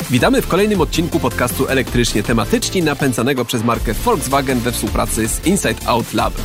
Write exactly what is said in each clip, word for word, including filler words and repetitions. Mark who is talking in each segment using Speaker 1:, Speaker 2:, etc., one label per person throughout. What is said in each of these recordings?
Speaker 1: Witamy w kolejnym odcinku podcastu Elektrycznie Tematyczni, napędzanego przez markę Volkswagen we współpracy z Inside Out Lab.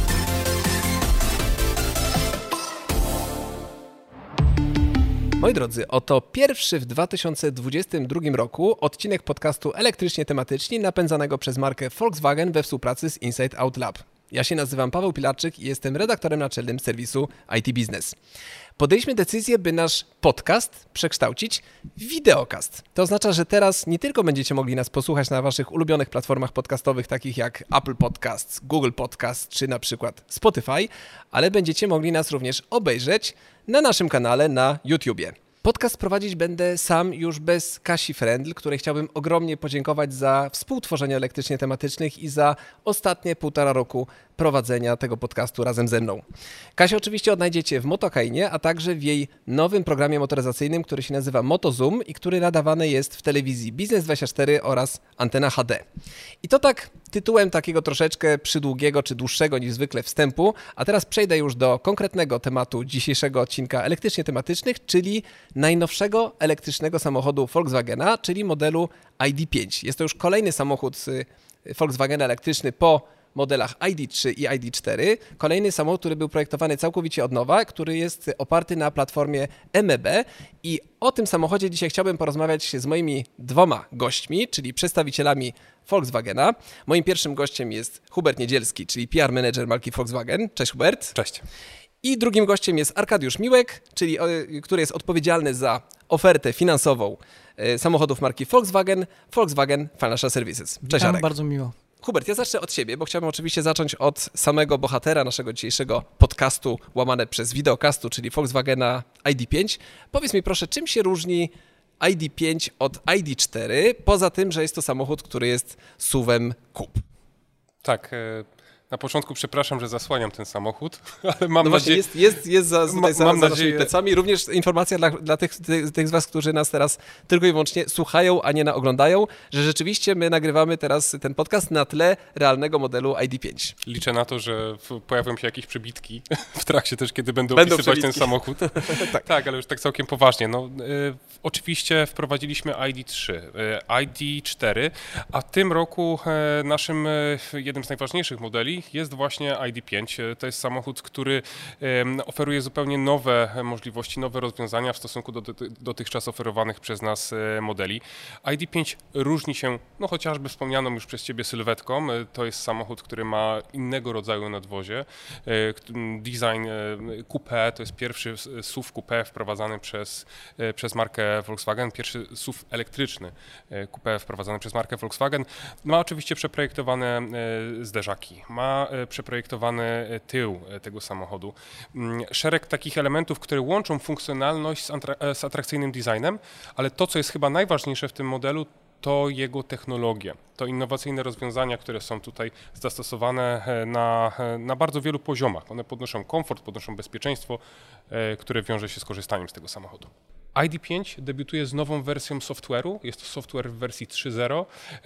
Speaker 1: Moi drodzy, oto pierwszy w dwa tysiące dwudziestym drugim roku odcinek podcastu Elektrycznie Tematyczni, napędzanego przez markę Volkswagen we współpracy z Inside Out Lab. Ja się nazywam Paweł Pilarczyk i jestem redaktorem naczelnym serwisu I T Business. Podjęliśmy decyzję, by nasz podcast przekształcić w wideokast. To oznacza, że teraz nie tylko będziecie mogli nas posłuchać na waszych ulubionych platformach podcastowych, takich jak Apple Podcasts, Google Podcasts czy na przykład Spotify, ale będziecie mogli nas również obejrzeć na naszym kanale na YouTubie. Podcast prowadzić będę sam, już bez Kasi Frendl, której chciałbym ogromnie podziękować za współtworzenie elektrycznie tematycznych i za ostatnie półtora roku prowadzenia tego podcastu razem ze mną. Kasię oczywiście odnajdziecie w Motokainie, a także w jej nowym programie motoryzacyjnym, który się nazywa MotoZoom i który nadawany jest w telewizji Biznes dwadzieścia cztery oraz Antena H D. I to tak tytułem takiego troszeczkę przydługiego czy dłuższego niż zwykle wstępu, a teraz przejdę już do konkretnego tematu dzisiejszego odcinka elektrycznie tematycznych, czyli najnowszego elektrycznego samochodu Volkswagena, czyli modelu I D pięć. Jest to już kolejny samochód Volkswagena elektryczny po modelach I D trzy i I D cztery. Kolejny samochód, który był projektowany całkowicie od nowa, który jest oparty na platformie M E B i o tym samochodzie dzisiaj chciałbym porozmawiać z moimi dwoma gośćmi, czyli przedstawicielami Volkswagena. Moim pierwszym gościem jest Hubert Niedzielski, czyli P R manager marki Volkswagen. Cześć Hubert.
Speaker 2: Cześć.
Speaker 1: I drugim gościem jest Arkadiusz Miłek, czyli który jest odpowiedzialny za ofertę finansową samochodów marki Volkswagen, Volkswagen Financial Services. Cześć
Speaker 3: Tam
Speaker 1: Arek.
Speaker 3: Bardzo miło.
Speaker 1: Hubert, ja zacznę od siebie, bo chciałbym oczywiście zacząć od samego bohatera naszego dzisiejszego podcastu, łamane przez wideokastu, czyli Volkswagena I D pięć. Powiedz mi proszę, czym się różni I D pięć od I D cztery, poza tym, że jest to samochód, który jest S U V-em coupe?
Speaker 2: Tak, na początku przepraszam, że zasłaniam ten samochód, ale mam
Speaker 1: no
Speaker 2: nadzieję...
Speaker 1: Jest, jest, jest za, tutaj za,
Speaker 2: mam
Speaker 1: za
Speaker 2: nadzieję...
Speaker 1: naszymi plecami. Również informacja dla, dla tych, tych, tych z was, którzy nas teraz tylko i wyłącznie słuchają, a nie na oglądają, że rzeczywiście my nagrywamy teraz ten podcast na tle realnego modelu I D pięć.
Speaker 2: Liczę na to, że pojawią się jakieś przebitki w trakcie też, kiedy będę
Speaker 1: Będą
Speaker 2: opisywać
Speaker 1: przebitki.
Speaker 2: ten samochód. tak. tak, ale już tak całkiem poważnie. No, y, oczywiście wprowadziliśmy I D trzy, y, I D cztery, a w tym roku y, naszym y, jednym z najważniejszych modeli jest właśnie I D pięć. To jest samochód, który y, oferuje zupełnie nowe możliwości, nowe rozwiązania w stosunku do dotychczas oferowanych przez nas y, modeli. I D pięć różni się, no chociażby wspomnianą już przez Ciebie sylwetką. Y, to jest samochód, który ma innego rodzaju nadwozie. Y, design y, coupé, to jest pierwszy S U V coupé wprowadzany przez, y, przez markę Volkswagen, pierwszy S U V elektryczny y, coupé wprowadzany przez markę Volkswagen. Ma oczywiście przeprojektowane y, zderzaki, ma y, przeprojektowany tył tego samochodu. Szereg takich elementów, które łączą funkcjonalność z, atrak- z atrakcyjnym designem, ale to, co jest chyba najważniejsze w tym modelu, to jego technologie, to innowacyjne rozwiązania, które są tutaj zastosowane na, na bardzo wielu poziomach. One podnoszą komfort, podnoszą bezpieczeństwo, które wiąże się z korzystaniem z tego samochodu. I D pięć debiutuje z nową wersją software'u, jest to software w wersji trzy zero.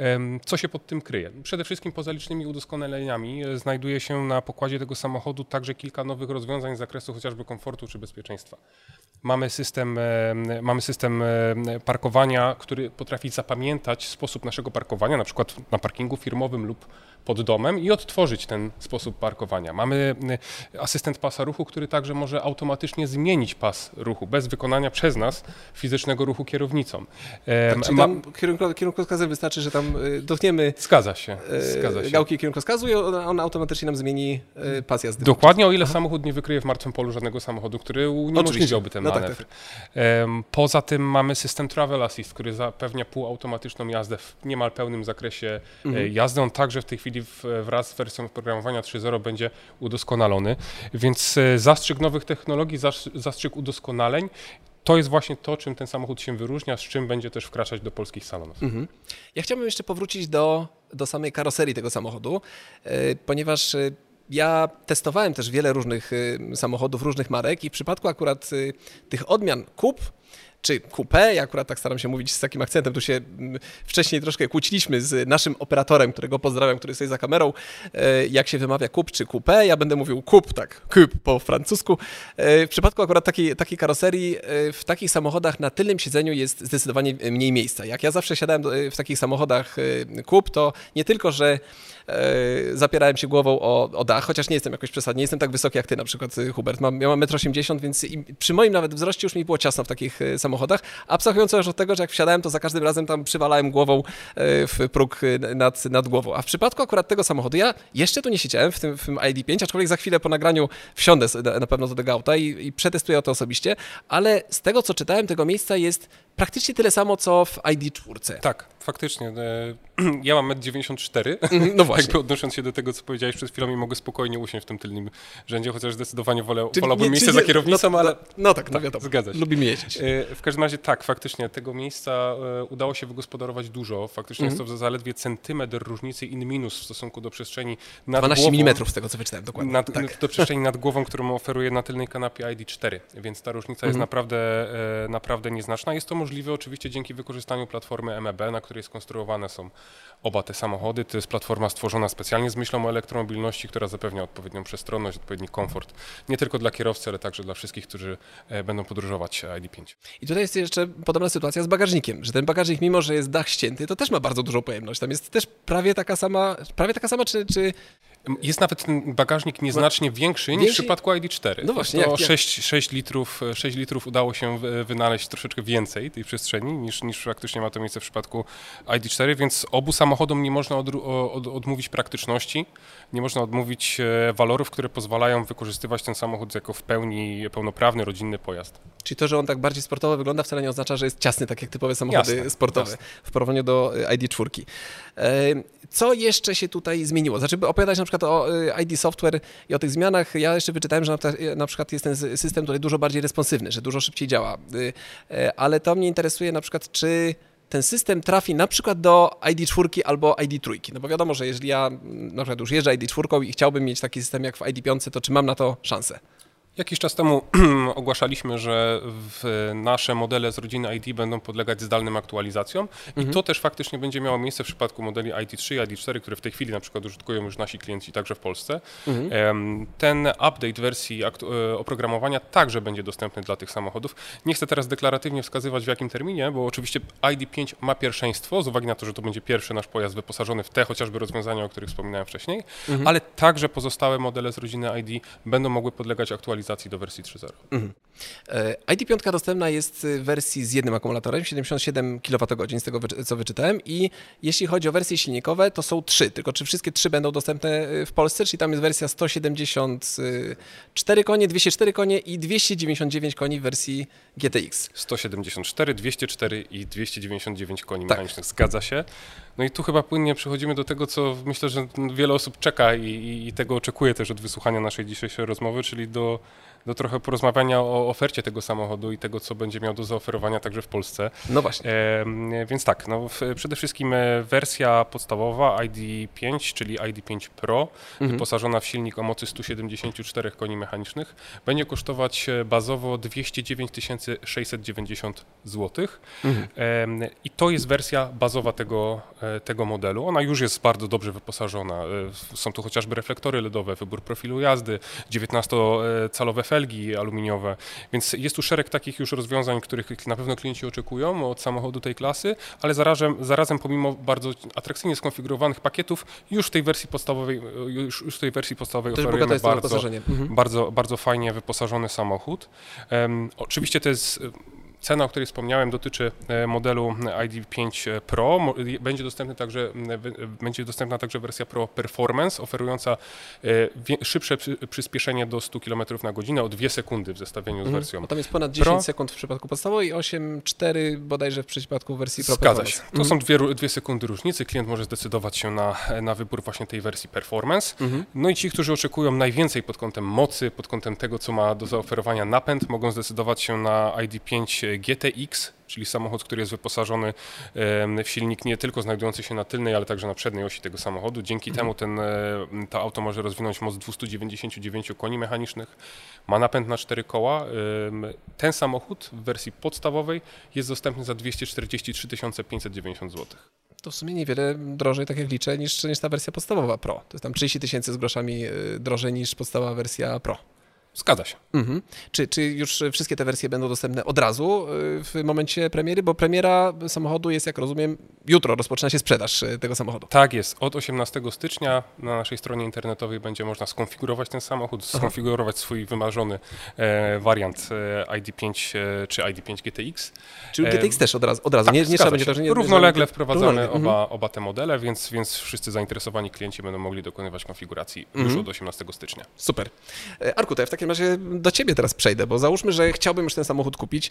Speaker 2: Co się pod tym kryje? Przede wszystkim poza licznymi udoskonaleniami znajduje się na pokładzie tego samochodu także kilka nowych rozwiązań z zakresu chociażby komfortu czy bezpieczeństwa. Mamy system, mamy system parkowania, który potrafi zapamiętać sposób naszego parkowania, na przykład na parkingu firmowym lub pod domem i odtworzyć ten sposób parkowania. Mamy asystent pasa ruchu, który także może automatycznie zmienić pas ruchu bez wykonania przez nas fizycznego ruchu kierownicą.
Speaker 1: Tak, czyli tam kierunko, kierunkowskazem wystarczy, że tam dotkniemy
Speaker 2: Zgadza się, zgadza się.
Speaker 1: gałki kierunkowskazu i on, on automatycznie nam zmieni pas jazdy.
Speaker 2: Dokładnie, o ile Aha. samochód nie wykryje w martwym polu żadnego samochodu, który uniemożliwiałby ten manewr. No tak, tak. Poza tym mamy system Travel Assist, który zapewnia półautomatyczną jazdę w niemal pełnym zakresie mhm. jazdy. On także w tej chwili wraz z wersją oprogramowania trzy zero będzie udoskonalony, więc zastrzyk nowych technologii, zastrzyk udoskonaleń, to jest właśnie to, czym ten samochód się wyróżnia, z czym będzie też wkraczać do polskich salonów. Mhm.
Speaker 1: Ja chciałbym jeszcze powrócić do, do samej karoserii tego samochodu, yy, ponieważ yy, ja testowałem też wiele różnych yy, samochodów, różnych marek i w przypadku akurat yy, tych odmian coupe czy coupé. Ja akurat tak staram się mówić z takim akcentem. Tu się wcześniej troszkę kłóciliśmy z naszym operatorem, którego pozdrawiam, który stoi za kamerą, jak się wymawia coupe czy coupé. Ja będę mówił coupe, tak, coupe po francusku. W przypadku akurat takiej, takiej karoserii, w takich samochodach na tylnym siedzeniu jest zdecydowanie mniej miejsca. Jak ja zawsze siadałem w takich samochodach coupe, to nie tylko, że zapierałem się głową o, o dach, chociaż nie jestem jakoś przesadnie, nie jestem tak wysoki jak ty na przykład, Hubert. Mam, ja mam metr osiemdziesiąt, więc przy moim nawet wzroście już mi było ciasno w takich samochodach, abstrahując już od tego, że jak wsiadałem, to za każdym razem tam przywalałem głową w próg nad, nad głową. A w przypadku akurat tego samochodu, ja jeszcze tu nie siedziałem w tym, w tym I D pięć, aczkolwiek za chwilę po nagraniu wsiądę na pewno do tego auta i, i przetestuję to osobiście, ale z tego, co czytałem, tego miejsca jest praktycznie tyle samo, co w I D cztery.
Speaker 2: Tak, faktycznie. Ja mam metr dziewięćdziesiąt cztery,
Speaker 1: no właśnie.
Speaker 2: Jakby odnosząc się do tego, co powiedziałeś przed chwilą, i mogę spokojnie usiąść w tym tylnym rzędzie, chociaż zdecydowanie wolę, wolałbym nie, miejsce nie, za kierownicą,
Speaker 1: no,
Speaker 2: ale...
Speaker 1: No, no tak, no wiadomo,
Speaker 2: zgadza się.
Speaker 1: Lubimy jeździć.
Speaker 2: W każdym razie tak, faktycznie tego miejsca udało się wygospodarować dużo. Faktycznie mm. jest to zaledwie centymetr różnicy in minus w stosunku do przestrzeni nad
Speaker 1: dwanaście
Speaker 2: głową.
Speaker 1: milimetrów z tego, co wyczytałem, dokładnie.
Speaker 2: Nad,
Speaker 1: tak.
Speaker 2: Do przestrzeni nad głową, którą oferuje na tylnej kanapie I D cztery, więc ta różnica mm. jest naprawdę, naprawdę nieznaczna. Jest to możliwe oczywiście dzięki wykorzystaniu platformy M E B, na której skonstruowane są oba te samochody. To jest platforma stworzona specjalnie z myślą o elektromobilności, która zapewnia odpowiednią przestronność, odpowiedni komfort, nie tylko dla kierowcy, ale także dla wszystkich, którzy będą podróżować I D pięć.
Speaker 1: I tutaj jest jeszcze podobna sytuacja z bagażnikiem, że ten bagażnik, mimo że jest dach ścięty, to też ma bardzo dużą pojemność. Tam jest też prawie taka sama, prawie taka sama, czy... czy...
Speaker 2: Jest nawet ten bagażnik nieznacznie no, większy niż większy? w przypadku I D cztery.
Speaker 1: No właśnie.
Speaker 2: To
Speaker 1: jak,
Speaker 2: sześć, sześć, litrów, sześć litrów udało się wynaleźć troszeczkę więcej tej przestrzeni niż, niż faktycznie ma to miejsce w przypadku I D cztery, więc obu samochodom nie można od, od, odmówić praktyczności, nie można odmówić walorów, które pozwalają wykorzystywać ten samochód jako w pełni pełnoprawny, rodzinny pojazd.
Speaker 1: Czyli to, że on tak bardziej sportowo wygląda, wcale nie oznacza, że jest ciasny, tak jak typowe samochody jasne, sportowe jasne. w porównaniu do I D cztery. Co jeszcze się tutaj zmieniło? Znaczy, by opowiadać na przykład o I D Software i o tych zmianach, ja jeszcze wyczytałem, że na przykład jest ten system tutaj dużo bardziej responsywny, że dużo szybciej działa, ale to mnie interesuje na przykład, czy ten system trafi na przykład do I D cztery albo I D trzy. No bo wiadomo, że jeżeli ja na przykład już jeżdżę I D cztery i chciałbym mieć taki system jak w I D pięć, to czy mam na to szansę?
Speaker 2: Jakiś czas temu ogłaszaliśmy, że w nasze modele z rodziny I D będą podlegać zdalnym aktualizacjom mhm. i to też faktycznie będzie miało miejsce w przypadku modeli I D trzy i I D cztery, które w tej chwili na przykład użytkują już nasi klienci także w Polsce. Mhm. Ten update wersji oprogramowania także będzie dostępny dla tych samochodów. Nie chcę teraz deklaratywnie wskazywać w jakim terminie, bo oczywiście I D pięć ma pierwszeństwo z uwagi na to, że to będzie pierwszy nasz pojazd wyposażony w te chociażby rozwiązania, o których wspominałem wcześniej, mhm. ale także pozostałe modele z rodziny I D będą mogły podlegać aktualizacji do wersji trzy zero.
Speaker 1: Mhm. I D pięć dostępna jest w wersji z jednym akumulatorem, siedemdziesiąt siedem kilowatogodzin z tego, co wyczytałem, i jeśli chodzi o wersje silnikowe, to są trzy, tylko czy wszystkie trzy będą dostępne w Polsce, czyli tam jest wersja sto siedemdziesiąt cztery konie, dwieście cztery konie i dwieście dziewięćdziesiąt dziewięć koni w wersji G T X.
Speaker 2: sto siedemdziesiąt cztery, dwieście cztery i dwieście dziewięćdziesiąt dziewięć koni tak. mechanicznych, zgadza się. No i tu chyba płynnie przechodzimy do tego, co myślę, że wiele osób czeka i, i, i tego oczekuje też od wysłuchania naszej dzisiejszej rozmowy, czyli do, do trochę porozmawiania o ofercie tego samochodu i tego, co będzie miał do zaoferowania także w Polsce.
Speaker 1: No właśnie.
Speaker 2: E, więc tak, no, w, przede wszystkim wersja podstawowa I D pięć, czyli I D pięć Pro, mhm. wyposażona w silnik o mocy sto siedemdziesiąt cztery koni mechanicznych, będzie kosztować bazowo dwieście dziewięć tysięcy sześćset dziewięćdziesiąt złotych. Mhm. E, I to jest wersja bazowa tego, tego modelu. Ona już jest bardzo dobrze wyposażona. Są tu chociażby reflektory L E D owe, wybór profilu jazdy, dziewiętnastocalowe felgi aluminiowe, więc jest tu szereg takich już rozwiązań, których na pewno klienci oczekują od samochodu tej klasy, ale zarazem, zarazem pomimo bardzo atrakcyjnie skonfigurowanych pakietów, już w tej wersji podstawowej, już, już w tej wersji podstawowej oferujemy bardzo, mhm. bardzo, bardzo fajnie wyposażony samochód. Um, oczywiście to jest cena, o której wspomniałem, dotyczy modelu I D pięć Pro. Będzie dostępny także, będzie dostępna także wersja Pro Performance, oferująca szybsze przyspieszenie do stu kilometrów na godzinę o dwie sekundy w zestawieniu z wersją
Speaker 1: Bo tam jest ponad dziesięć Pro. sekund w przypadku podstawowej i osiem przecinek cztery bodajże w przypadku wersji Pro
Speaker 2: Zgadza
Speaker 1: Performance.
Speaker 2: się. To są dwie, dwie sekundy różnicy. Klient może zdecydować się na, na wybór właśnie tej wersji Performance. Mhm. No i ci, którzy oczekują najwięcej pod kątem mocy, pod kątem tego, co ma do zaoferowania napęd, mogą zdecydować się na I D pięć G T X, czyli samochód, który jest wyposażony w silnik nie tylko znajdujący się na tylnej, ale także na przedniej osi tego samochodu. Dzięki mhm. temu ten, to auto może rozwinąć moc dwieście dziewięćdziesiąt dziewięć koni mechanicznych, ma napęd na cztery koła. Ten samochód w wersji podstawowej jest dostępny za dwieście czterdzieści trzy tysiące pięćset dziewięćdziesiąt złotych.
Speaker 1: To w sumie niewiele drożej, tak jak liczę, niż, niż ta wersja podstawowa Pro. To jest tam trzydzieści tysięcy z groszami drożej niż podstawowa wersja Pro.
Speaker 2: Zgadza się.
Speaker 1: Mhm. Czy, czy już wszystkie te wersje będą dostępne od razu w momencie premiery? Bo premiera samochodu jest, jak rozumiem, jutro rozpoczyna się sprzedaż tego samochodu.
Speaker 2: Tak jest. Od osiemnastego stycznia na naszej stronie internetowej będzie można skonfigurować ten samochód, Aha. skonfigurować swój wymarzony e, wariant e, I D pięć e, czy I D pięć G T X.
Speaker 1: Czyli G T X e, też od razu, od razu.
Speaker 2: Tak,
Speaker 1: nie, nie trzeba będzie to, że nie
Speaker 2: równolegle wprowadzamy równolegle.
Speaker 1: Mhm.
Speaker 2: Oba, oba te modele, więc, więc wszyscy zainteresowani klienci będą mogli dokonywać konfiguracji mhm. już od osiemnastego stycznia.
Speaker 1: Super. Arku, to ja w takim razie do Ciebie teraz przejdę, bo załóżmy, że chciałbym już ten samochód kupić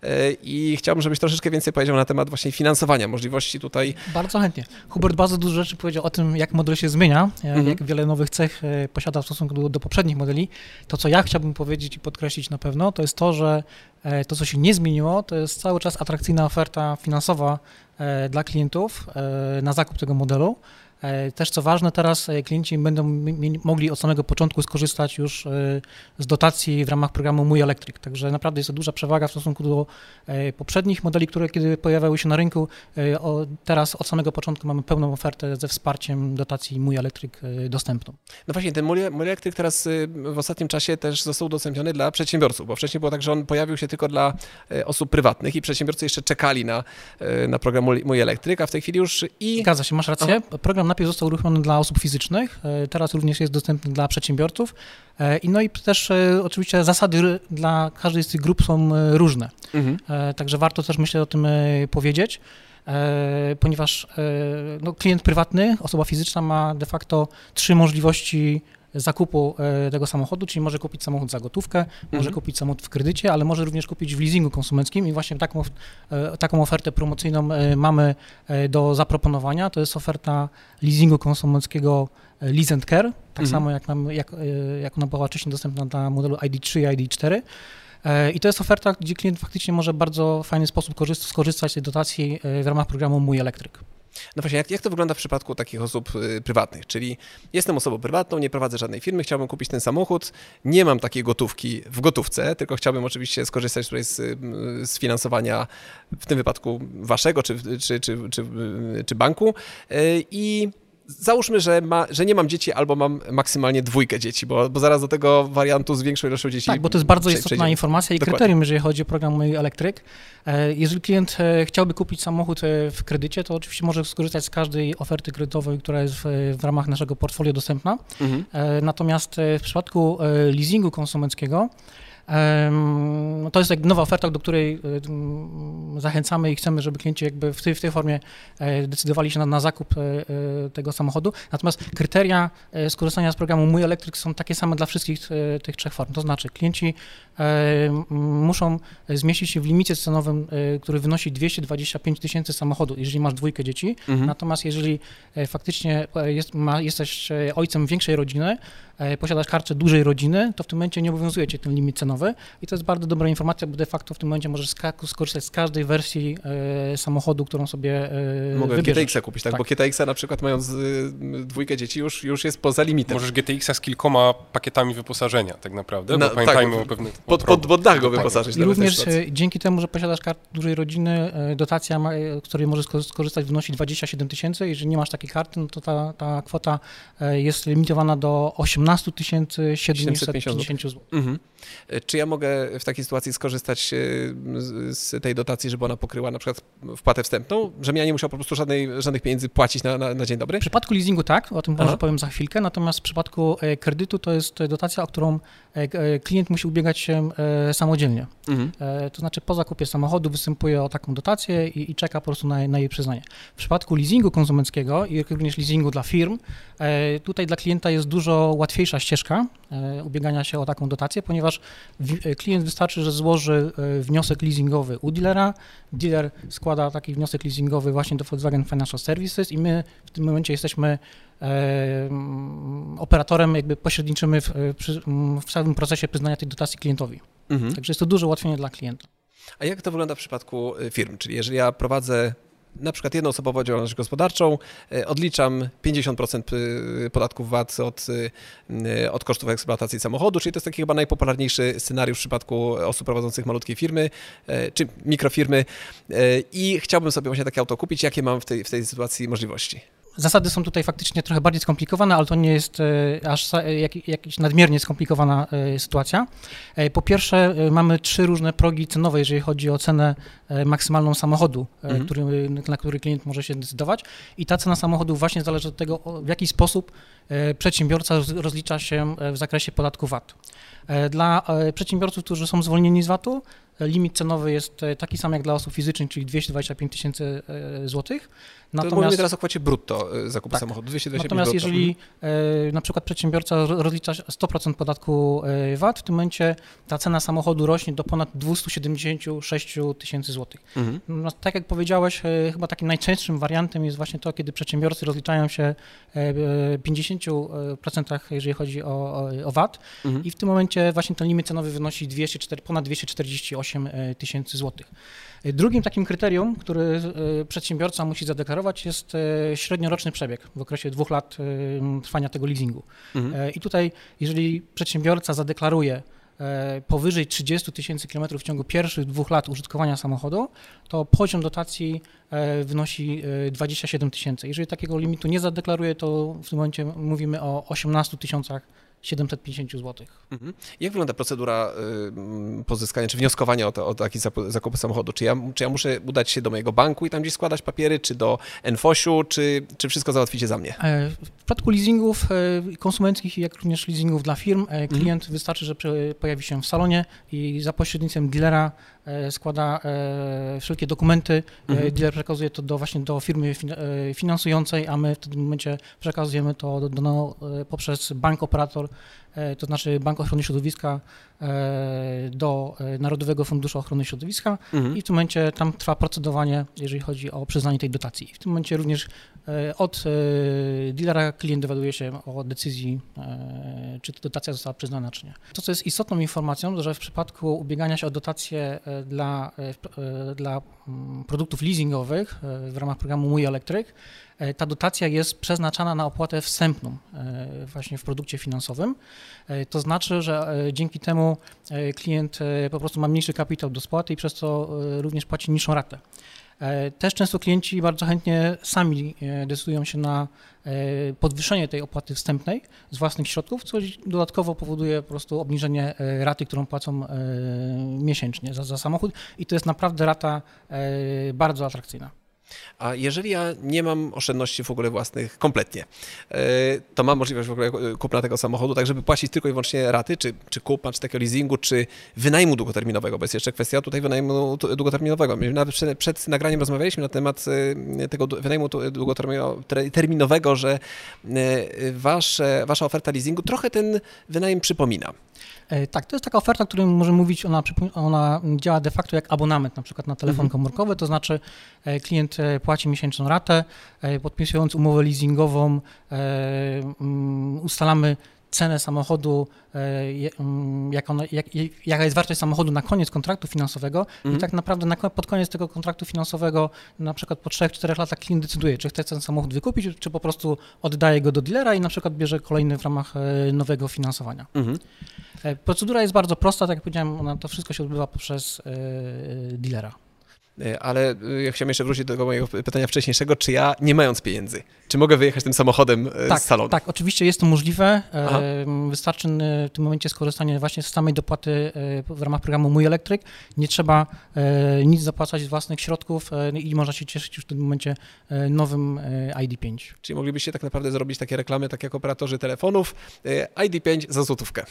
Speaker 1: i chciałbym, żebyś troszeczkę więcej powiedział na temat właśnie finansowania, możliwości tutaj.
Speaker 3: Bardzo chętnie. Hubert bardzo dużo rzeczy powiedział o tym, jak model się zmienia,
Speaker 1: mhm.
Speaker 3: jak wiele nowych cech posiada w stosunku do, do poprzednich modeli. To, co ja chciałbym powiedzieć i podkreślić na pewno, to jest to, że to, co się nie zmieniło, to jest cały czas atrakcyjna oferta finansowa dla klientów na zakup tego modelu. Też co ważne, teraz klienci będą mogli od samego początku skorzystać już z dotacji w ramach programu Mój Elektryk, także naprawdę jest to duża przewaga w stosunku do poprzednich modeli, które kiedy pojawiały się na rynku. Teraz od samego początku mamy pełną ofertę ze wsparciem dotacji Mój Elektryk dostępną.
Speaker 1: No właśnie, ten Mój Elektryk teraz w ostatnim czasie też został udostępniony dla przedsiębiorców, bo wcześniej było tak, że on pojawił się tylko dla osób prywatnych i przedsiębiorcy jeszcze czekali na, na program Mój Elektryk, a w tej chwili już i...
Speaker 3: Zgadza się, masz rację. Aha. Program najpierw został uruchomiony dla osób fizycznych, teraz również jest dostępny dla przedsiębiorców. No i też oczywiście zasady dla każdej z tych grup są różne, mhm. Także warto też myślę o tym powiedzieć, ponieważ no, klient prywatny, osoba fizyczna ma de facto trzy możliwości zakupu tego samochodu, czyli może kupić samochód za gotówkę, mhm. może kupić samochód w kredycie, ale może również kupić w leasingu konsumenckim i właśnie taką, taką ofertę promocyjną mamy do zaproponowania. To jest oferta leasingu konsumenckiego Lease and Care, tak mhm. samo jak, nam, jak, jak ona była wcześniej dostępna dla modelu I D trzy i I D cztery. I to jest oferta, gdzie klient faktycznie może w bardzo fajny sposób korzyst- skorzystać z tej dotacji w ramach programu Mój Elektryk.
Speaker 1: No właśnie, jak, jak to wygląda w przypadku takich osób y, prywatnych? Czyli jestem osobą prywatną, nie prowadzę żadnej firmy, chciałbym kupić ten samochód, nie mam takiej gotówki w gotówce, tylko chciałbym oczywiście skorzystać tutaj z, z finansowania, w tym wypadku waszego czy, czy, czy, czy, czy banku y, i załóżmy, że, ma, że nie mam dzieci albo mam maksymalnie dwójkę dzieci, bo, bo zaraz do tego wariantu z większą ilością dzieci.
Speaker 3: Tak, bo to jest bardzo istotna przejdziemy. informacja i
Speaker 1: Dokładnie.
Speaker 3: kryterium, jeżeli chodzi o program Mój Elektryk. Jeżeli klient chciałby kupić samochód w kredycie, to oczywiście może skorzystać z każdej oferty kredytowej, która jest w, w ramach naszego portfolio dostępna. Mhm. Natomiast w przypadku leasingu konsumenckiego to jest jak nowa oferta, do której zachęcamy i chcemy, żeby klienci jakby w tej, w tej formie decydowali się na, na zakup tego samochodu. Natomiast kryteria skorzystania z programu Mój Elektryk są takie same dla wszystkich tych trzech form. To znaczy klienci muszą zmieścić się w limicie cenowym, który wynosi dwieście dwadzieścia pięć tysięcy samochodu, jeżeli masz dwójkę dzieci. Mhm. Natomiast jeżeli faktycznie jest, ma, jesteś ojcem większej rodziny, posiadasz kartę dużej rodziny, to w tym momencie nie obowiązuje cię ten limit cenowy i to jest bardzo dobra informacja, bo de facto w tym momencie możesz skorzystać z każdej wersji e, samochodu, którą sobie e,
Speaker 1: Mogę
Speaker 3: wybierzesz.
Speaker 1: G T X a kupić, tak? tak? Bo G T X a na przykład mając y, dwójkę dzieci już, już jest poza limitem.
Speaker 2: Możesz G T X a z kilkoma pakietami wyposażenia tak naprawdę, no, bo pamiętajmy
Speaker 1: tak,
Speaker 2: o pewnych...
Speaker 1: Pod, pod, pod dach go wyposażyć.
Speaker 3: I również dzięki temu, że posiadasz kartę dużej rodziny, dotacja, z której możesz skorzystać, wynosi dwadzieścia siedem tysięcy. Jeżeli nie masz takiej karty, no to ta, ta kwota jest limitowana do osiemnaście tysięcy siedemset pięćdziesiąt złotych.
Speaker 1: Mhm. Czy ja mogę w takiej sytuacji skorzystać z, z tej dotacji, żeby ona pokryła na przykład wpłatę wstępną, żebym ja nie musiał po prostu żadnej, żadnych pieniędzy płacić na, na, na dzień dobry?
Speaker 3: W przypadku leasingu tak, o tym może powiem za chwilkę, natomiast w przypadku kredytu to jest dotacja, o którą klient musi ubiegać się samodzielnie. Mhm. To znaczy po zakupie samochodu występuje o taką dotację i, i czeka po prostu na, na jej przyznanie. W przypadku leasingu konsumenckiego i również leasingu dla firm, tutaj dla klienta jest dużo łatwiejsza ścieżka ubiegania się o taką dotację, ponieważ klient wystarczy, że złoży wniosek leasingowy u dealera, dealer składa taki wniosek leasingowy właśnie do Volkswagen Financial Services i my w tym momencie jesteśmy operatorem, jakby pośredniczymy w, w całym procesie przyznania tej dotacji klientowi. Mhm. Także jest to duże ułatwienie dla klienta.
Speaker 1: A jak to wygląda w przypadku firm? Czyli jeżeli ja prowadzę na przykład jednoosobową działalność gospodarczą, odliczam pięćdziesiąt procent podatków V A T od, od kosztów eksploatacji samochodu, czyli to jest taki chyba najpopularniejszy scenariusz w przypadku osób prowadzących malutkie firmy czy mikrofirmy i chciałbym sobie właśnie takie auto kupić. Jakie mam w tej, w tej sytuacji możliwości?
Speaker 3: Zasady są tutaj faktycznie trochę bardziej skomplikowane, ale to nie jest aż jak, jakaś nadmiernie skomplikowana sytuacja. Po pierwsze, mamy trzy różne progi cenowe, jeżeli chodzi o cenę maksymalną samochodu, mhm. który, na który klient może się decydować. I ta cena samochodu właśnie zależy od tego, w jaki sposób przedsiębiorca rozlicza się w zakresie podatku V A T. Dla przedsiębiorców, którzy są zwolnieni z V A T-u, limit cenowy jest taki sam jak dla osób fizycznych, czyli dwieście dwadzieścia pięć tysięcy złotych.
Speaker 1: Natomiast mówimy teraz o kwocie brutto zakupu tak. samochodu, dwieście dwadzieścia pięć
Speaker 3: Natomiast
Speaker 1: brutto.
Speaker 3: jeżeli e, na przykład przedsiębiorca rozlicza sto procent podatku V A T, w tym momencie ta cena samochodu rośnie do ponad dwieście siedemdziesiąt sześć tysięcy złotych. Mhm. No, tak jak powiedziałeś, e, chyba takim najczęstszym wariantem jest właśnie to, kiedy przedsiębiorcy rozliczają się w pięćdziesiąt procent, jeżeli chodzi o, o, o V A T mhm. i w tym momencie właśnie ten limit cenowy wynosi dwieście cztery, ponad dwieście czterdzieści osiem tysięcy złotych. Drugim takim kryterium, który przedsiębiorca musi zadeklarować, jest średnioroczny przebieg w okresie dwóch lat trwania tego leasingu. Mhm. I tutaj, jeżeli przedsiębiorca zadeklaruje powyżej trzydzieści tysięcy kilometrów w ciągu pierwszych dwóch lat użytkowania samochodu, to poziom dotacji wynosi dwadzieścia siedem tysięcy. Jeżeli takiego limitu nie zadeklaruje, to w tym momencie mówimy o osiemnastu tysiącach siedemset pięćdziesiąt złotych. Mhm.
Speaker 1: Jak wygląda procedura y, pozyskania czy wnioskowania o, to, o taki zakup samochodu? Czy ja, czy ja muszę udać się do mojego banku i tam gdzieś składać papiery, czy do N F O ś-u, czy, czy wszystko załatwicie za mnie?
Speaker 3: W przypadku leasingów konsumenckich, jak również leasingów dla firm, klient mhm. wystarczy, że pojawi się w salonie i za pośrednictwem dealera składa wszelkie dokumenty, mhm. dealer przekazuje to do, właśnie do firmy finansującej, a my w tym momencie przekazujemy to do, do, poprzez bank operator, to znaczy Bank Ochrony Środowiska do Narodowego Funduszu Ochrony Środowiska mhm. i w tym momencie tam trwa procedowanie, jeżeli chodzi o przyznanie tej dotacji. W tym momencie również od dealera klient dowiaduje się o decyzji, czy ta dotacja została przyznana, czy nie. To, co jest istotną informacją, że w przypadku ubiegania się o dotację dla, dla produktów leasingowych w ramach programu Mój Elektryk, ta dotacja jest przeznaczana na opłatę wstępną właśnie w produkcie finansowym. To znaczy, że dzięki temu klient po prostu ma mniejszy kapitał do spłaty i przez to również płaci niższą ratę. Też często klienci bardzo chętnie sami decydują się na podwyższenie tej opłaty wstępnej z własnych środków, co dodatkowo powoduje po prostu obniżenie raty, którą płacą miesięcznie za, za samochód i to jest naprawdę rata bardzo atrakcyjna.
Speaker 1: A jeżeli ja nie mam oszczędności w ogóle własnych kompletnie, to mam możliwość w ogóle kupna tego samochodu, tak żeby płacić tylko i wyłącznie raty, czy, czy kupna, czy takiego leasingu, czy wynajmu długoterminowego, bo jest jeszcze kwestia tutaj wynajmu długoterminowego. My nawet przed, przed nagraniem rozmawialiśmy na temat tego wynajmu długoterminowego, że wasze, wasza oferta leasingu trochę ten wynajem przypomina.
Speaker 3: Tak, to jest taka oferta, o której możemy mówić, ona, ona działa de facto jak abonament, na przykład na telefon mhm. komórkowy, to znaczy klient płaci miesięczną ratę, podpisując umowę leasingową ustalamy cenę samochodu, jak ona, jak, jaka jest wartość samochodu na koniec kontraktu finansowego mhm. i tak naprawdę na, pod koniec tego kontraktu finansowego, na przykład po trzech czterech latach klient decyduje, czy chce ten samochód wykupić, czy po prostu oddaje go do dealera i na przykład bierze kolejny w ramach nowego finansowania. Mhm. Procedura jest bardzo prosta, tak jak powiedziałem, ona, to wszystko się odbywa poprzez yy, dealera.
Speaker 1: Ale ja chciałem jeszcze wrócić do tego mojego pytania wcześniejszego, czy ja nie mając pieniędzy, czy mogę wyjechać tym samochodem
Speaker 3: tak,
Speaker 1: z salonu?
Speaker 3: Tak, oczywiście jest to możliwe. Aha. Wystarczy w tym momencie skorzystanie właśnie z samej dopłaty w ramach programu Mój Elektryk. Nie trzeba nic zapłacać z własnych środków i można się cieszyć już w tym momencie nowym I D pięć.
Speaker 1: Czyli moglibyście tak naprawdę zrobić takie reklamy, tak jak operatorzy telefonów, I D pięć za złotówkę.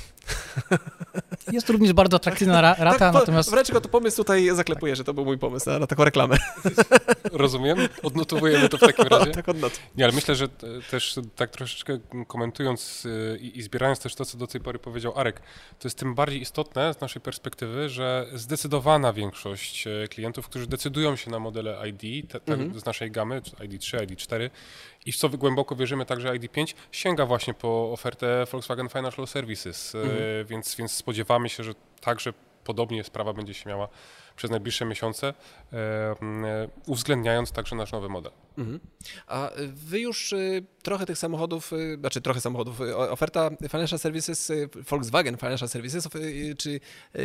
Speaker 3: Jest to również bardzo atrakcyjna rata, tak, natomiast...
Speaker 1: Wręcz go to pomysł tutaj zaklepuję, tak. że to był mój pomysł na, na taką reklamę.
Speaker 2: Rozumiem, odnotowujemy to w takim razie.
Speaker 1: Tak, odnot.
Speaker 2: Nie, ale myślę, że też tak troszeczkę komentując i, i zbierając też to, co do tej pory powiedział Arek, to jest tym bardziej istotne z naszej perspektywy, że zdecydowana większość klientów, którzy decydują się na modele I D, te, te mhm. z naszej gamy, I D trzy, I D cztery i w co głęboko wierzymy także I D pięć, sięga właśnie po ofertę Volkswagen Financial Services, mhm. więc, więc spodziewamy się, że także podobnie sprawa będzie się miała przez najbliższe miesiące, uwzględniając także nasz nowy model.
Speaker 1: Mhm. A wy już trochę tych samochodów, znaczy trochę samochodów, oferta Financial Services, Volkswagen Financial Services, czy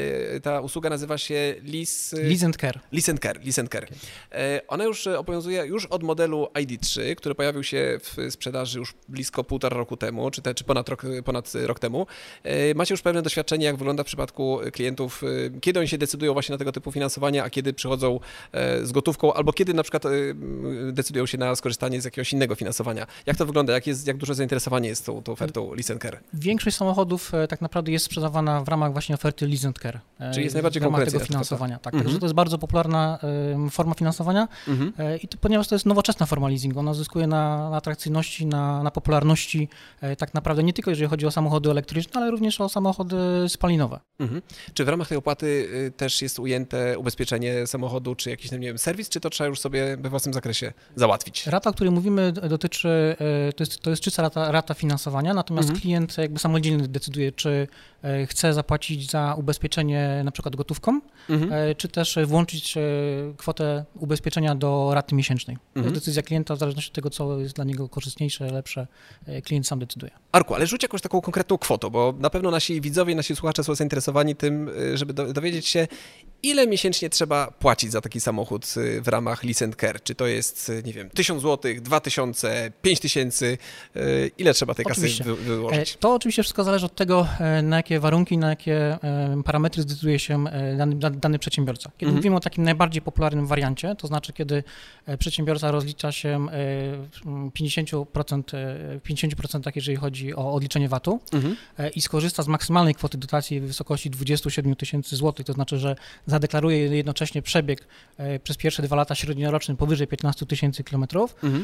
Speaker 1: ta usługa nazywa się Lease...
Speaker 3: Lease and Care.
Speaker 1: Lease and Care, Lease and Care. Okay. Ona już obowiązuje już od modelu I D trzy, który pojawił się w sprzedaży już blisko półtora roku temu, czy, te, czy ponad, rok, ponad rok temu. Macie już pewne doświadczenie, jak wygląda w przypadku klientów, kiedy oni się decydują właśnie na tego typu finansowania, a kiedy przychodzą z gotówką, albo kiedy na przykład decydują się na skorzystanie z jakiegoś innego finansowania. Jak to wygląda? Jak, jest, jak duże zainteresowanie jest tą, tą ofertą Lease and Care?
Speaker 3: Większość samochodów tak naprawdę jest sprzedawana w ramach właśnie oferty Lease and Care.
Speaker 1: Czyli jest najbardziej
Speaker 3: w ramach
Speaker 1: konkurencja.
Speaker 3: tego finansowania. Tak,
Speaker 1: mhm.
Speaker 3: Także to jest bardzo popularna y, forma finansowania mhm. y, i to, ponieważ to jest nowoczesna forma leasingu, ona zyskuje na, na atrakcyjności, na, na popularności y, tak naprawdę nie tylko jeżeli chodzi o samochody elektryczne, ale również o samochody spalinowe.
Speaker 1: Mhm. Czy w ramach tej opłaty y, też jest ujęte ubezpieczenie samochodu, czy jakiś, nie wiem, serwis, czy to trzeba już sobie we własnym zakresie załatwić?
Speaker 3: Rata, o której mówimy, dotyczy, to jest, to jest czysta rata, rata finansowania, natomiast mhm. klient jakby samodzielnie decyduje, czy chce zapłacić za ubezpieczenie na przykład gotówką, mhm. czy też włączyć kwotę ubezpieczenia do raty miesięcznej. Mhm. To jest decyzja klienta, w zależności od tego, co jest dla niego korzystniejsze, lepsze, klient sam decyduje.
Speaker 1: Arku, ale rzuć jakąś taką konkretną kwotę, bo na pewno nasi widzowie, nasi słuchacze są zainteresowani tym, żeby dowiedzieć się, ile miesięcznie trzeba płacić za taki samochód w ramach Lease and Care? Czy to jest, nie wiem, tysiąc złotych, dwa tysiące, pięć tysięcy? Ile trzeba tej kasy wy, wyłożyć?
Speaker 3: To oczywiście wszystko zależy od tego, na jakie warunki, na jakie parametry zdecyduje się dany, dany przedsiębiorca. Kiedy mhm. mówimy o takim najbardziej popularnym wariancie, to znaczy kiedy przedsiębiorca rozlicza się pięćdziesiąt procent, pięćdziesiąt procent jeżeli chodzi o odliczenie vatu mhm. i skorzysta z maksymalnej kwoty dotacji w wysokości dwadzieścia siedem tysięcy złotych, to znaczy, że zadeklaruje jednocześnie przebieg przez pierwsze dwa lata średnioroczny powyżej piętnaście tysięcy kilometrów mhm.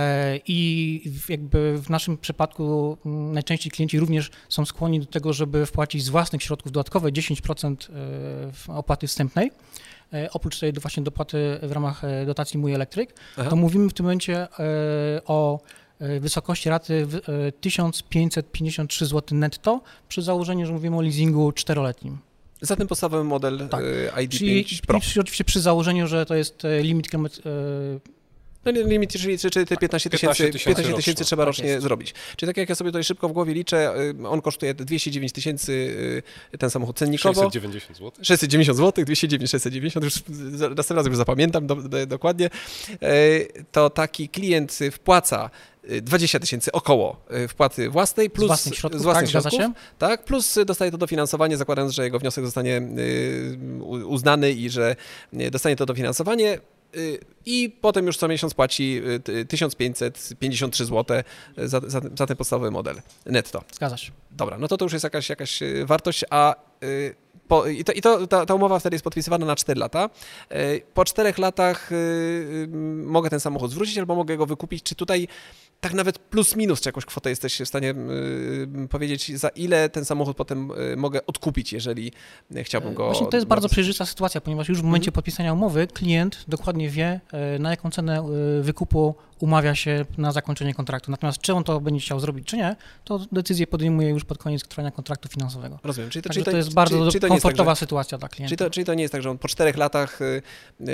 Speaker 3: i jakby w naszym przypadku najczęściej klienci również są skłonni do tego, żeby wpłacić z własnych środków dodatkowe dziesięć procent opłaty wstępnej, oprócz tej właśnie dopłaty w ramach dotacji Mój Elektryk, Aha. to mówimy w tym momencie o wysokości raty tysiąc pięćset pięćdziesiąt trzy złote netto przy założeniu, że mówimy o leasingu czteroletnim.
Speaker 1: Za ten podstawowy model tak. I D
Speaker 3: czyli,
Speaker 1: pięć Pro.
Speaker 3: Czyli oczywiście przy założeniu, że to jest limit kilometr...
Speaker 1: No limit, czyli, czyli te piętnaście tysięcy trzeba rocznie tak zrobić. Czyli tak jak ja sobie tutaj szybko w głowie liczę, on kosztuje dwieście dziewięć tysięcy, ten samochód cennikowo.
Speaker 2: sześćset dziewięćdziesiąt złotych.
Speaker 1: sześćset dziewięćdziesiąt złotych, dwieście dziewięćdziesiąt, sześćset dziewięćdziesiąt, już następnym razem już zapamiętam do, do, dokładnie. To taki klient wpłaca dwadzieścia tysięcy około wpłaty własnej, plus z
Speaker 3: własnych środków,
Speaker 1: z własnych
Speaker 3: tak,
Speaker 1: środków tak, plus dostaje to dofinansowanie, zakładając, że jego wniosek zostanie uznany i że dostanie to dofinansowanie. I potem już co miesiąc płaci tysiąc pięćset pięćdziesiąt trzy złote za, za, za ten podstawowy model netto.
Speaker 3: Zgadza się.
Speaker 1: Dobra, no to to już jest jakaś, jakaś wartość, a po, i, to, i to, ta, ta umowa wtedy jest podpisywana na cztery lata. Po czterech latach mogę ten samochód zwrócić albo mogę go wykupić. Czy tutaj tak nawet plus minus, czy jakąś kwotę jesteś w stanie y, powiedzieć, za ile ten samochód potem y, mogę odkupić, jeżeli chciałbym go...
Speaker 3: Właśnie to jest bardzo przejrzysta sytuacja, ponieważ już w momencie mm. podpisania umowy klient dokładnie wie, y, na jaką cenę y, wykupu umawia się na zakończenie kontraktu. Natomiast czy on to będzie chciał zrobić, czy nie, to decyzję podejmuje już pod koniec trwania kontraktu finansowego.
Speaker 1: Rozumiem. Czyli to,
Speaker 3: czyli
Speaker 1: to,
Speaker 3: to jest bardzo
Speaker 1: czyli,
Speaker 3: komfortowa
Speaker 1: tak, że,
Speaker 3: sytuacja dla klienta.
Speaker 1: Czyli to, czyli to nie jest tak, że on po czterech latach y,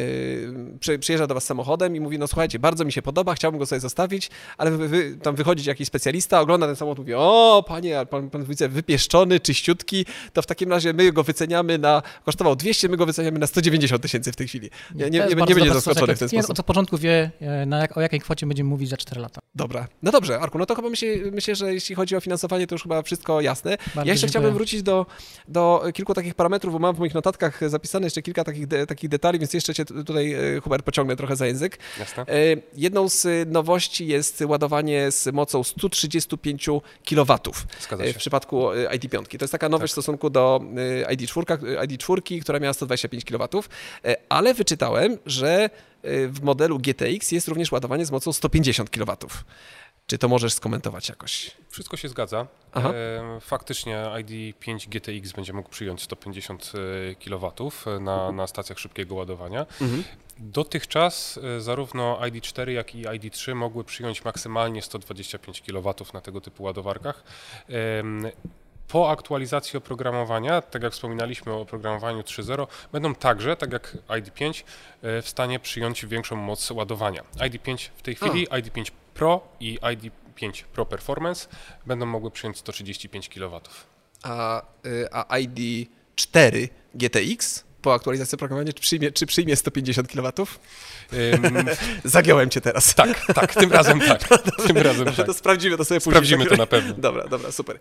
Speaker 1: y, przyjeżdża do was samochodem i mówi, no słuchajcie, bardzo mi się podoba, chciałbym go sobie zostawić, ale wy, wy, tam wychodzi jakiś specjalista, ogląda ten samochód, mówi, o panie, pan, pan widzę wypieszczony, czyściutki, to w takim razie my go wyceniamy na, kosztował dwieście, my go wyceniamy na sto dziewięćdziesiąt tysięcy w tej chwili. Nie, nie, nie, nie będzie zaskoczony w ten sposób.
Speaker 3: Od początku wie, na jak, o jakiej kwocie będziemy mówić za cztery lata.
Speaker 1: Dobra. No dobrze, Arku, no to chyba myślę, myślę, że jeśli chodzi o finansowanie, to już chyba wszystko jasne.
Speaker 3: Bardzo
Speaker 1: ja jeszcze
Speaker 3: dziękuję.
Speaker 1: chciałbym wrócić do, do kilku takich parametrów, bo mam w moich notatkach zapisane jeszcze kilka takich, de, takich detali, więc jeszcze cię tutaj, Hubert, pociągnę trochę za język.
Speaker 2: Jasne.
Speaker 1: Jedną z nowości jest ładowanie z mocą sto trzydzieści pięć kilowatów w przypadku I D pięć. To jest taka nowość tak. w stosunku do I D cztery, I D cztery, która miała sto dwadzieścia pięć kilowatów, ale wyczytałem, że w modelu G T X jest również ładowanie z mocą sto pięćdziesiąt kilowatów. Czy to możesz skomentować jakoś?
Speaker 2: Wszystko się zgadza. Aha. Faktycznie I D pięć G T X będzie mógł przyjąć sto pięćdziesiąt kilowatów na, na stacjach szybkiego ładowania. Mhm. Dotychczas zarówno I D cztery, jak i I D trzy mogły przyjąć maksymalnie sto dwadzieścia pięć kilowatów na tego typu ładowarkach. po aktualizacji oprogramowania, tak jak wspominaliśmy o oprogramowaniu trzy zero, będą także, tak jak I D pięć, w stanie przyjąć większą moc ładowania. I D pięć w tej chwili, A. I D pięć Pro i I D pięć Pro Performance będą mogły przyjąć sto trzydzieści pięć kilowatów.
Speaker 1: A, a I D cztery G T X po aktualizacji oprogramowania czy przyjmie, czy przyjmie sto pięćdziesiąt kilowatów? Um, Zagiąłem cię teraz.
Speaker 2: Tak, tak, tym razem tak. Tym razem
Speaker 1: dobrze,
Speaker 2: tak.
Speaker 1: To sprawdzimy to sobie
Speaker 2: Sprawdzimy
Speaker 1: później.
Speaker 2: to na pewno.
Speaker 1: Dobra, dobra, super.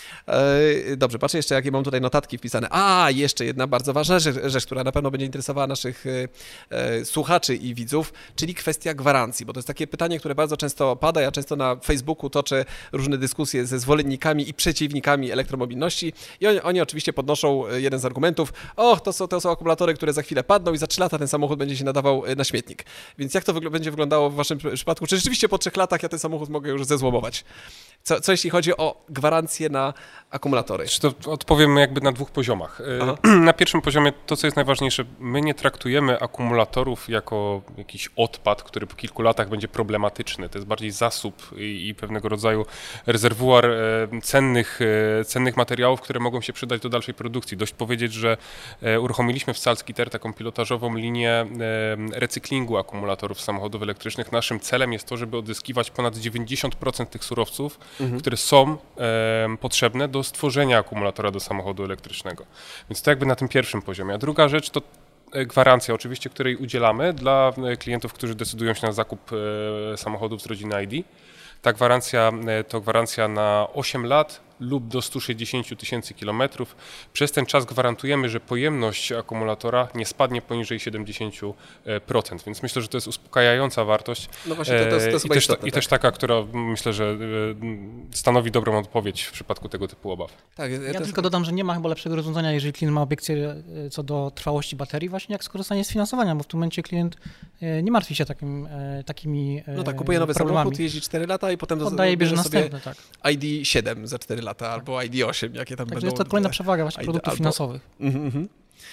Speaker 1: Dobrze, patrzę jeszcze, jakie mam tutaj notatki wpisane. A, jeszcze jedna bardzo ważna rzecz, rzecz, która na pewno będzie interesowała naszych e, słuchaczy i widzów, czyli kwestia gwarancji, bo to jest takie pytanie, które bardzo często pada. Ja często na Facebooku toczę różne dyskusje ze zwolennikami i przeciwnikami elektromobilności i oni, oni oczywiście podnoszą jeden z argumentów: o, to są, to są akumulatory, które za chwilę padną i za trzy lata ten samochód będzie się nadawał na śmietnik. Więc jak to wygl- będzie wyglądało w waszym przypadku? Czy rzeczywiście po trzech latach ja ten samochód mogę już zezłomować? Co, co jeśli chodzi o gwarancję na akumulatory?
Speaker 2: To odpowiem jakby na dwóch poziomach. Aha. Na pierwszym poziomie to, co jest najważniejsze, my nie traktujemy akumulatorów jako jakiś odpad, który po kilku latach będzie problematyczny. To jest bardziej zasób i, i pewnego rodzaju rezerwuar e, cennych, e, cennych materiałów, które mogą się przydać do dalszej produkcji. Dość powiedzieć, że e, uruchomiliśmy w Salzgitter taką pilotażową linię e, recyklingu akumulatorów samochodów elektrycznych. Naszym celem jest to, żeby odzyskiwać ponad dziewięćdziesiąt procent tych surowców, mhm. które są e, potrzebne do stworzenia akumulatora do samochodu elektrycznego. Więc to jakby na tym pierwszym poziomie. A druga rzecz to gwarancja oczywiście, której udzielamy dla klientów, którzy decydują się na zakup samochodów z rodziny I D. Ta gwarancja to gwarancja na osiem lat lub do stu sześćdziesięciu tysięcy kilometrów. Przez ten czas gwarantujemy, że pojemność akumulatora nie spadnie poniżej siedemdziesiąt procent, więc myślę, że to jest uspokajająca wartość.
Speaker 1: No właśnie, to, to, to jest
Speaker 2: I, też,
Speaker 1: istotne,
Speaker 2: i
Speaker 1: tak.
Speaker 2: też taka, która myślę, że stanowi dobrą odpowiedź w przypadku tego typu obaw.
Speaker 3: Tak, ja, ja tylko dodam, że nie ma chyba lepszego rozwiązania, jeżeli klient ma obiekcje co do trwałości baterii, właśnie jak skorzystanie z finansowania, bo w tym momencie klient nie martwi się takim, takimi
Speaker 1: No tak, kupuje nowy
Speaker 3: problemami.
Speaker 1: samochód, jeździ cztery lata i potem
Speaker 3: oddaje, bierze następny, tak.
Speaker 1: I D siedem za cztery lata albo I D osiem, jakie tam
Speaker 3: Także
Speaker 1: będą.
Speaker 3: jest to kolejna przewaga właśnie produktów albo... finansowych.
Speaker 1: Mm -hmm.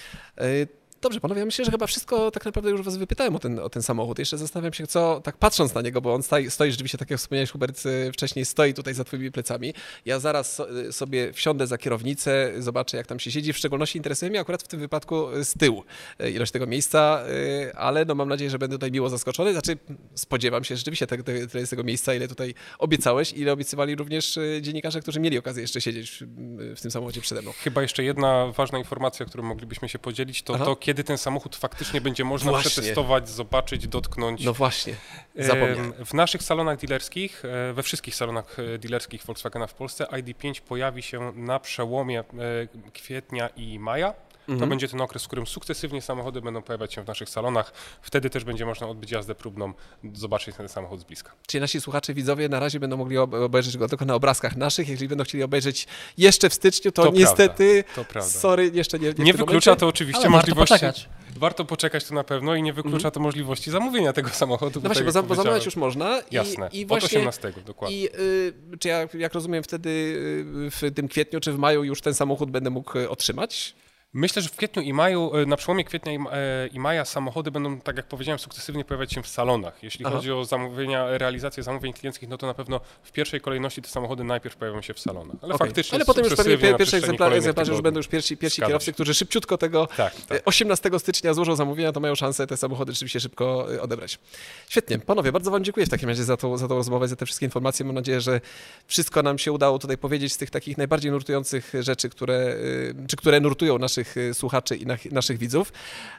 Speaker 1: y Dobrze, panowie, ja myślę, że chyba wszystko tak naprawdę już was wypytałem o ten, o ten samochód. Jeszcze zastanawiam się, co, tak patrząc na niego, bo on stoi, stoi rzeczywiście, tak jak wspomniałeś, Hubert, wcześniej stoi tutaj za twoimi plecami. Ja zaraz so, sobie wsiądę za kierownicę, zobaczę, jak tam się siedzi. W szczególności interesuje mnie akurat w tym wypadku z tyłu ilość tego miejsca, ale no mam nadzieję, że będę tutaj miło zaskoczony. Znaczy, spodziewam się rzeczywiście tyle te, te, tego miejsca, ile tutaj obiecałeś, ile obiecywali również dziennikarze, którzy mieli okazję jeszcze siedzieć w tym samochodzie przede mną.
Speaker 2: Chyba jeszcze jedna ważna informacja, którą moglibyśmy się podzielić, to Aha. to, kiedy ten samochód faktycznie będzie można właśnie. przetestować, zobaczyć, dotknąć.
Speaker 1: No właśnie, zapomniałem.
Speaker 2: W naszych salonach dealerskich, we wszystkich salonach dealerskich Volkswagena w Polsce I D pięć pojawi się na przełomie kwietnia i maja. To mhm. będzie ten okres, w którym sukcesywnie samochody będą pojawiać się w naszych salonach. Wtedy też będzie można odbyć jazdę próbną, zobaczyć ten samochód z bliska.
Speaker 1: Czyli nasi słuchacze, widzowie na razie będą mogli obejrzeć go tylko na obrazkach naszych. Jeżeli będą chcieli obejrzeć jeszcze w styczniu, to, to niestety,
Speaker 2: prawda, to prawda.
Speaker 1: sorry, jeszcze nie. Nie,
Speaker 2: nie wyklucza momencie. To oczywiście
Speaker 3: Ale
Speaker 2: możliwości.
Speaker 3: Warto poczekać.
Speaker 2: Warto poczekać to na pewno i nie wyklucza mhm. to możliwości zamówienia tego samochodu.
Speaker 1: No właśnie, bo, za, bo zamawiać już można. I,
Speaker 2: Jasne,
Speaker 1: i właśnie,
Speaker 2: od osiemnastego, dokładnie.
Speaker 1: I y, czy ja, jak rozumiem, wtedy y, w tym kwietniu czy w maju już ten samochód będę mógł otrzymać?
Speaker 2: Myślę, że w kwietniu i maju, na przełomie kwietnia i maja samochody będą, tak jak powiedziałem, sukcesywnie pojawiać się w salonach. Jeśli Aha. chodzi o zamówienia, realizację zamówień klienckich, no to na pewno w pierwszej kolejności te samochody najpierw pojawią się w salonach. Ale okay. faktycznie
Speaker 1: Ale potem już pewnie pierwsze egzemplarze, egzemplarze już będą już pierwsi, pierwsi kierowcy, którzy szybciutko tego
Speaker 2: tak, tak.
Speaker 1: osiemnastego stycznia złożą zamówienia, to mają szansę te samochody rzeczywiście szybko odebrać. Świetnie. Panowie, bardzo wam dziękuję w takim razie za tą, za tą rozmowę, za te wszystkie informacje. Mam nadzieję, że wszystko nam się udało tutaj powiedzieć z tych takich najbardziej nurtujących rzeczy, które, czy które nurtują naszych słuchaczy i naszych widzów.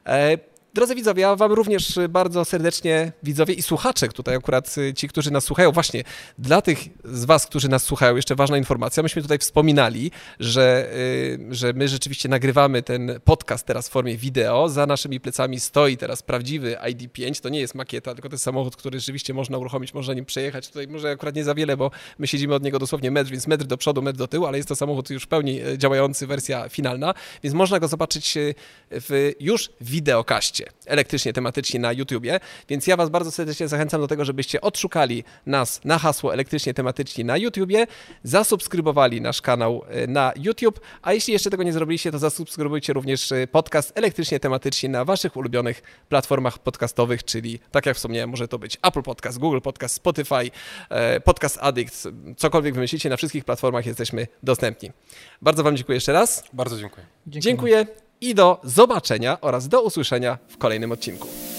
Speaker 1: Drodzy widzowie, ja wam również bardzo serdecznie, widzowie i słuchacze, tutaj akurat ci, którzy nas słuchają, właśnie dla tych z was, którzy nas słuchają, jeszcze ważna informacja, myśmy tutaj wspominali, że, że my rzeczywiście nagrywamy ten podcast teraz w formie wideo, za naszymi plecami stoi teraz prawdziwy I D pięć, to nie jest makieta, tylko to jest samochód, który rzeczywiście można uruchomić, można nim przejechać, tutaj może akurat nie za wiele, bo my siedzimy od niego dosłownie metr, więc metr do przodu, metr do tyłu, ale jest to samochód już w pełni działający, wersja finalna, więc można go zobaczyć w, już w wideokaście. szukajcie elektrycznie tematyczni na YouTubie, więc ja Was bardzo serdecznie zachęcam do tego, żebyście odszukali nas na hasło elektrycznie tematyczni na YouTubie, zasubskrybowali nasz kanał na YouTube, a jeśli jeszcze tego nie zrobiliście, to zasubskrybujcie również podcast elektrycznie tematyczni na Waszych ulubionych platformach podcastowych, czyli tak jak wspomniałem, może to być Apple Podcast, Google Podcast, Spotify, Podcast Addict, cokolwiek wymyślicie, na wszystkich platformach jesteśmy dostępni. Bardzo Wam dziękuję jeszcze raz.
Speaker 2: Bardzo dziękuję.
Speaker 1: Dziękuję. Dziękuję i do zobaczenia oraz do usłyszenia w kolejnym odcinku.